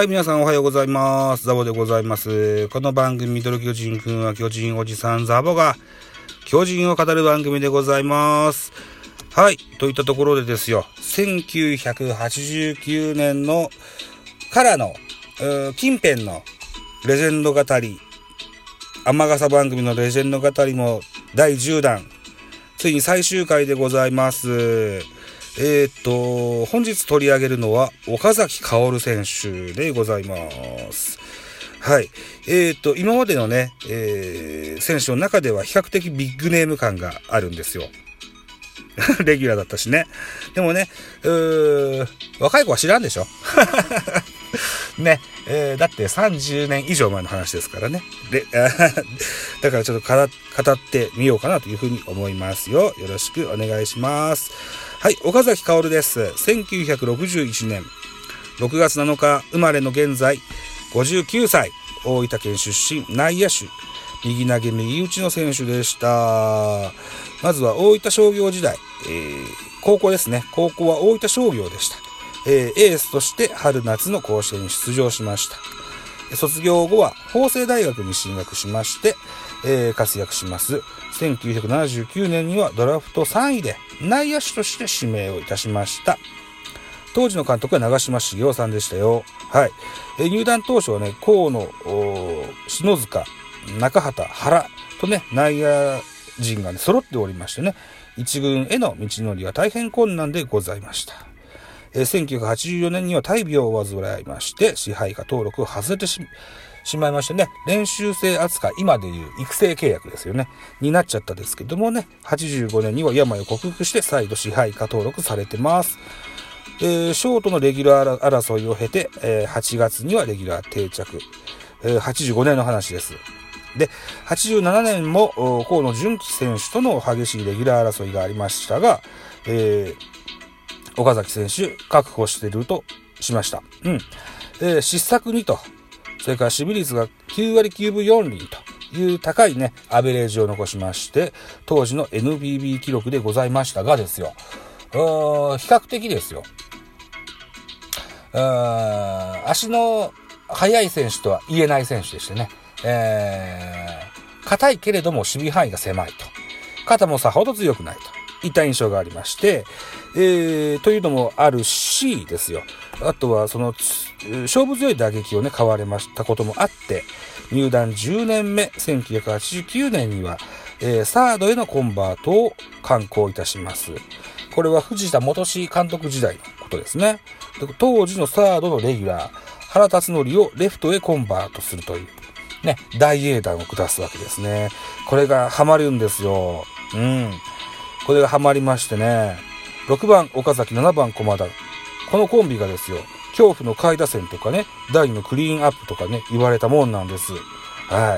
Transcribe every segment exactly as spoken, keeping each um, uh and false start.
はい、皆さんおはようございます。ザボでございます。この番組ミドル巨人くんは巨人おじさんザボが巨人を語る番組でございます。はい、といったところでですよ、せんきゅうひゃくはちじゅうきゅうねんのからの近辺のレジェンド語り、天笠番組のレジェンド語りもだいじゅうだん、ついに最終回でございます。えー、っと本日取り上げるのは岡崎薫選手でございます。はい、えー、っと今までのね、えー、選手の中では比較的ビッグネーム感があるんですよ。レギュラーだったしね。でもね、うー若い子は知らんでしょ。ね、えー、だってさんじゅうねん以上前の話ですからね。でだからちょっと語ってみようかなというふうに思いますよ。よろしくお願いします。はい、岡崎薫です。せんきゅうひゃくろくじゅういちねんろくがつなのか生まれの現在ごじゅうきゅうさい、大分県出身、内野手、右投げ右打ちの選手でした。まずは大分商業時代、えー、高校ですね。高校は大分商業でした。えー、エースとして春夏の甲子園に出場しました。卒業後は法政大学に進学しまして、えー、活躍します。せんきゅうひゃくななじゅうきゅうねんにはドラフトさんいで内野手として指名をいたしました。当時の監督は長嶋茂雄さんでしたよ。はい。えー、入団当初はね、河野、篠塚、中畑、原とね、内野陣が、ね、揃っておりましてね、一軍への道のりは大変困難でございました。えー、せんきゅうひゃくはちじゅうよねんには大病を患いまして支配下登録を外れて し, しまいましてね、練習生扱い、今でいう育成契約ですよねになっちゃったですけどもね、はちじゅうごねんには病を克服して再度支配下登録されてます。えー、ショートのレギュラー争いを経て、えー、はちがつにはレギュラー定着、えー、はちじゅうごねんの話です。ではちじゅうななねんも河野純喜選手との激しいレギュラー争いがありましたが、えー岡崎選手確保しているとしました。うん。えー、失策にと、それから守備率がきゅうわりきゅうぶよんりんという高いね、アベレージを残しまして、当時の エヌビービー 記録でございましたがですよ。比較的ですよ。足の速い選手とは言えない選手でしてね。えー、硬いけれども守備範囲が狭いと。肩もさほど強くないといった印象がありまして、えー、というのもあるしですよ。あとはその勝負強い打撃をね買われましたこともあって、入団じゅうねんめせんきゅうひゃくはちじゅうきゅうねんには、えー、サードへのコンバートを敢行いたします。これは藤田元志監督時代のことですね。当時のサードのレギュラー原辰徳をレフトへコンバートするというね、大英断を下すわけですね。これがハマるんですよ。うん。これがハマりましてね、ろくばん岡崎、ななばん駒田、このコンビがですよ、恐怖の下位打線とかね、だいにのクリーンアップとかね、言われたもんなんです。はい。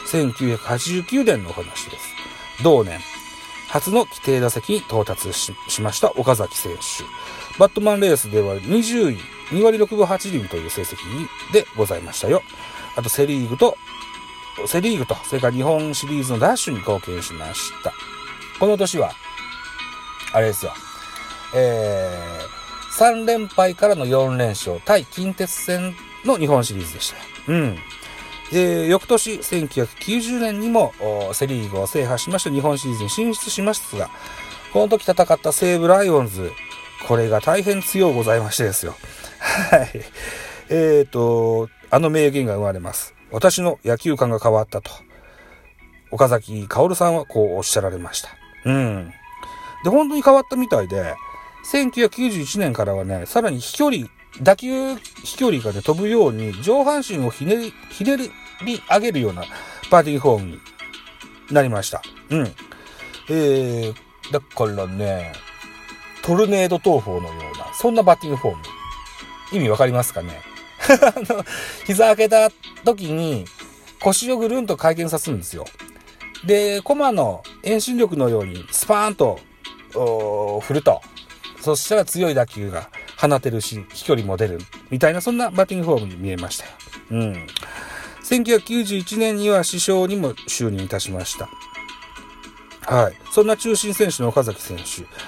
せんきゅうひゃくはちじゅうきゅうねんのお話です。同年初の規定打席に到達 し, しました岡崎選手。バットマンレースではにじゅうい、にわりろくぶはちりんという成績でございましたよ。あとセリーグとセリーグとそれから日本シリーズのダッシュに貢献しました。この年はあれですよ、えー、さんれんぱいからのよんれんしょう、対近鉄戦の日本シリーズでした。うん。で翌年せんきゅうひゃくきゅうじゅうねんにもセリーグを制覇しまして日本シリーズに進出しますが、この時戦った西武ライオンズ、これが大変強うございましてですよ。はい。えーとあの名言が生まれます。私の野球観が変わったと岡崎薫さんはこうおっしゃられました。うん。で本当に変わったみたいで、せんきゅうひゃくきゅうじゅういちねんからはね、さらに飛距離打球飛距離が、ね、飛ぶように上半身をひねりひねり上げるようなバッティングフォームになりました。うん。えー、だからね、トルネード投法のようなそんなバッティングフォーム、意味わかりますかね。あの膝開けた時に腰をぐるんと回転さすんですよ。でコマの遠心力のようにスパーンと振ると、そしたら強い打球が放てるし飛距離も出るみたいな、そんなバッティングフォームに見えましたよ。うん。せんきゅうひゃくきゅうじゅういちねんには主将にも就任いたしました。はい。そんな中心選手の岡崎選手、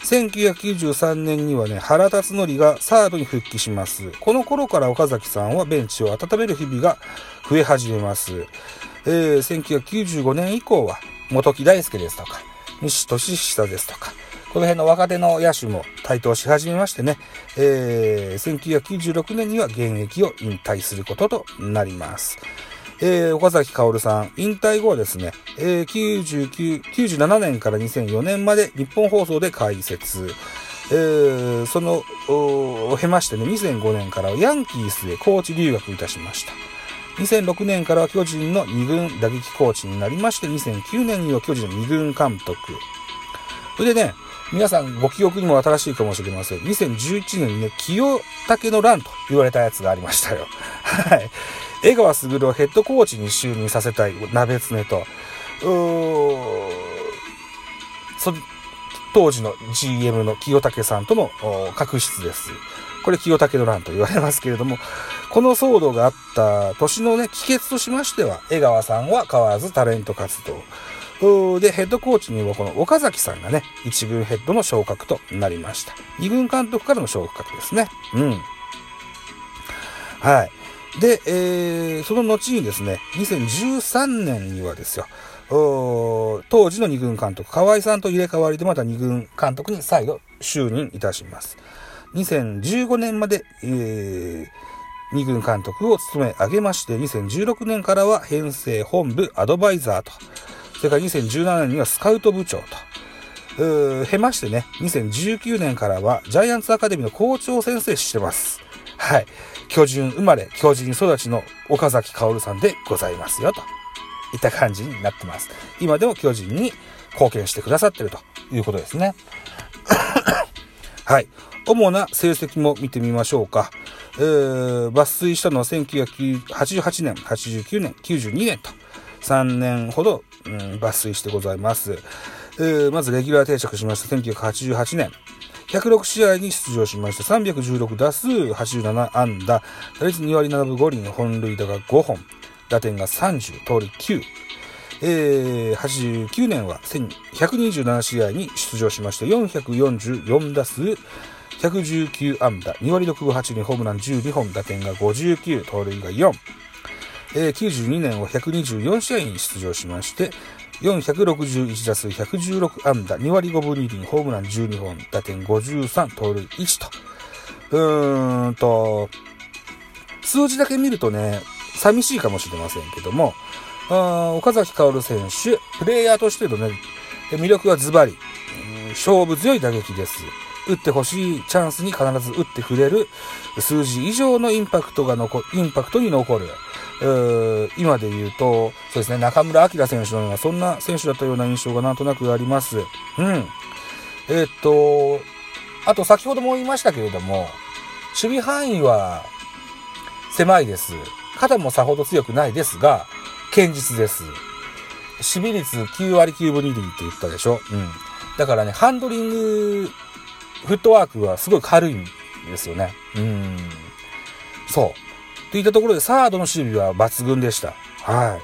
せんきゅうひゃくきゅうじゅうさんねんにはね、原辰徳がサードに復帰します。この頃から岡崎さんはベンチを温める日々が増え始めます。えー、せんきゅうひゃくきゅうじゅうごねん以降は、本木大輔ですとか、西俊久ですとか、この辺の若手の野手も台頭し始めましてね、えー、せんきゅうひゃくきゅうじゅうろくねんには現役を引退することとなります。えー、岡崎薫さん、引退後はですね、えー、きゅうじゅうきゅう、きゅうじゅうななねんからにせんよねんまで日本放送で解説。えー、その、を経ましてね、にせんごねんからヤンキースへコーチ留学いたしました。にせんろくねんからは巨人のに軍打撃コーチになりまして、にせんきゅうねんには巨人のに軍監督。それでね、皆さんご記憶にも新しいかもしれません。にせんじゅういちねんにね、清武の乱と言われたやつがありましたよ。はい。江川卓をヘッドコーチに就任させたい鍋常と、うーそ当時の ジーエム の清武さんとの確執です。これ清武の乱と言われますけれども、この騒動があった年のね、帰結としましては、江川さんは変わらずタレント活動。で、ヘッドコーチにはこの岡崎さんがね、一軍ヘッドの昇格となりました。二軍監督からの昇格ですね。うん。はい。で、えー、その後にですね、にせんじゅうさんねんにはですよ、当時の二軍監督、河合さんと入れ替わりでまた二軍監督に再度就任いたします。にせんじゅうごねんまで、えー、二軍監督を務め上げまして、にせんじゅうろくねんからは編成本部アドバイザーと、それからにせんじゅうななねんにはスカウト部長と、経ましてね、にせんじゅうきゅうねんからはジャイアンツアカデミーの校長先生してます。はい。巨人生まれ、巨人育ちの岡崎薫さんでございますよ、といった感じになってます。今でも巨人に貢献してくださっているということですね。はい。主な成績も見てみましょうか。えー、抜粋したのはせんきゅうひゃくはちじゅうはちねん、はちじゅうきゅうねん、きゅうじゅうにねんとさんねんほど、うん、抜粋してございます。えー、まずレギュラー定着しましたせんきゅうひゃくはちじゅうはちねん。ひゃくろくしあいに出場しましてさんびゃくじゅうろくだすうはちじゅうななあんだ、打率にわりななぶごりん、本塁打がごほん、打点がさんじゅう、盗塁きゅう。えー、はちじゅうきゅうねんはせんひゃくにじゅうななしあいに出場しましてよんひゃくよんじゅうよんだすう、ひゃくじゅうきゅうあんだ、にわりろくぶはちりん、ホームランじゅうにほん、打点がごじゅうきゅう、盗塁がよん。えー、きゅうじゅうにねんはひゃくにじゅうよんしあいに出場しましてよんひゃくろくじゅういちだすう、ひゃくじゅうろくあんだ、にわりごぶにりん、ホームランじゅうにほん、打点ごじゅうさん、盗塁いちと。うーんと、数字だけ見るとね、寂しいかもしれませんけども、あ岡崎薫選手、プレイヤーとしてのね、魅力はズバリ、勝負強い打撃です。打ってほしいチャンスに必ず打ってくれる、数字以上のインパクトが残、インパクトに残る。今で言うと、そうですね、中村晃選手のような、そんな選手だったような印象がなんとなくあります。うん。えー、っと、あと先ほども言いましたけれども、守備範囲は狭いです。肩もさほど強くないですが、堅実です。守備率きゅうわりきゅうぶにりんって言ったでしょ。うん。だからね、ハンドリング、フットワークはすごい軽いんですよね。うん。そう。といったところでサードの守備は抜群でした。はい。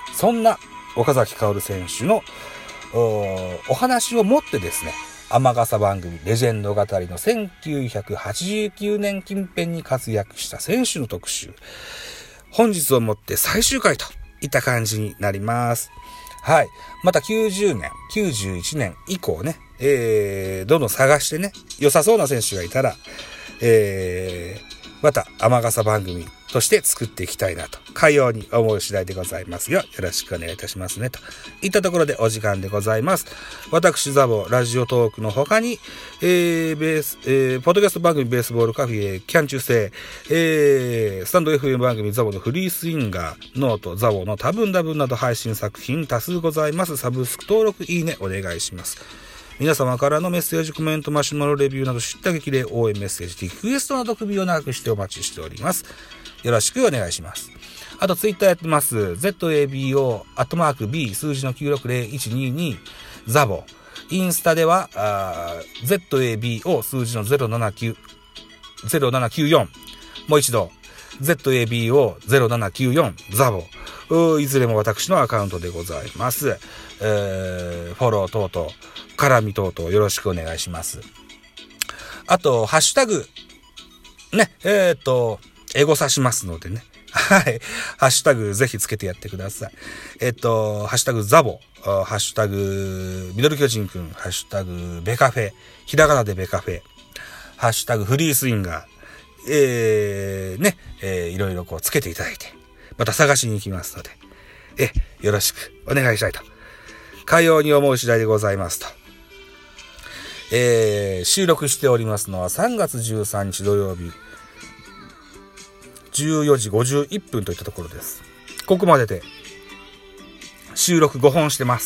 そんな岡崎薫選手の お, お話をもってですね、天笠番組レジェンド語りのせんきゅうひゃくはちじゅうきゅうねん近辺に活躍した選手の特集。本日をもって最終回といった感じになります。はい。またきゅうじゅうねん、きゅうじゅういちねん以降ね、えー、どんどん探してね、良さそうな選手がいたら、えー、また天笠番組として作っていきたいなと、かように思う次第でございますよ。よろしくお願いいたしますね。といったところでお時間でございます。私、ザボ、ラジオトークの他に、えー、ベース、えー、ポッドキャスト番組ベースボールカフェ、キャン中世、えー、スタンド エフエム 番組ザボのフリースインガー、ノート、ザボの多分多分など配信作品多数ございます。サブスク登録、いいね、お願いします。皆様からのメッセージ、コメント、マシュマロレビューなど知った激励、応援メッセージ、リクエストなど首を長くしてお待ちしております。よろしくお願いします。あとツイッターやってます。ゼットエービーオー アットマーク B 数字のきゅうろくゼロいちににザボ。インスタでは ゼットエービーオー 数字のゼロななきゅう、ゼロななきゅうよん。もう一度。 ゼットエービーオーゼロななきゅうよん ザボ。いずれも私のアカウントでございます。えー、フォロー等々、絡み等々よろしくお願いします。あと、ハッシュタグ、ね、えっと、エゴサしますのでね。はい。ハッシュタグぜひつけてやってください。えっと、ハッシュタグザボ、ハッシュタグミドル巨人くん、ハッシュタグベカフェ、ひらがなでベカフェ、ハッシュタグフリースインガー、えー、ね、えー、いろいろこうつけていただいて、また探しに行きますので、え、よろしくお願いしたいと。かように思う次第でございますと。えー、収録しておりますのはさんがつじゅうさんにち土曜日、じゅうよじごじゅういっぷんといったところです。ここまでで収録ごほんしてます。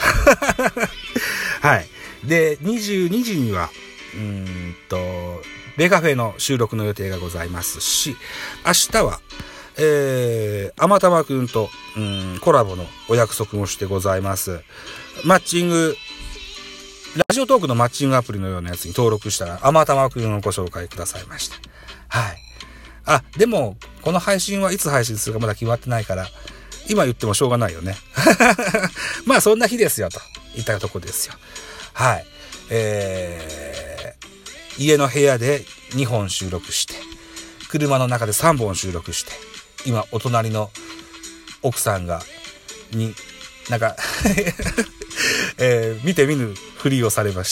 はい。で、にじゅうにじには、うーんと、ベカフェの収録の予定がございますし、明日は、えー、あまたまくんと、うん、コラボのお約束もしてございます。マッチング、ラジオトークのマッチングアプリのようなやつに登録したら、あまたまくんをご紹介くださいました。はい。あ、でも、この配信はいつ配信するかまだ決まってないから、今言ってもしょうがないよね。まあ、そんな日ですよ、といったとこですよ。はい。えー、家の部屋でにほん収録して、車の中でさんぼん収録して、今、お隣の奥さんが、に、なんか、えー、見て見ぬふりをされました。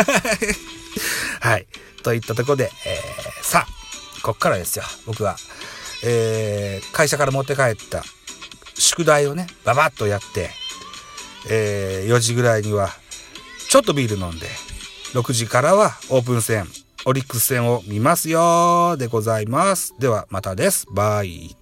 はい。といったところで、えー、さあ、こっからですよ。僕は、えー、会社から持って帰った宿題をね、ババッとやって、えー、よじぐらいには、ちょっとビール飲んで、ろくじからはオープン戦、オリックス戦を見ますよーでございます。ではまたです。バイ。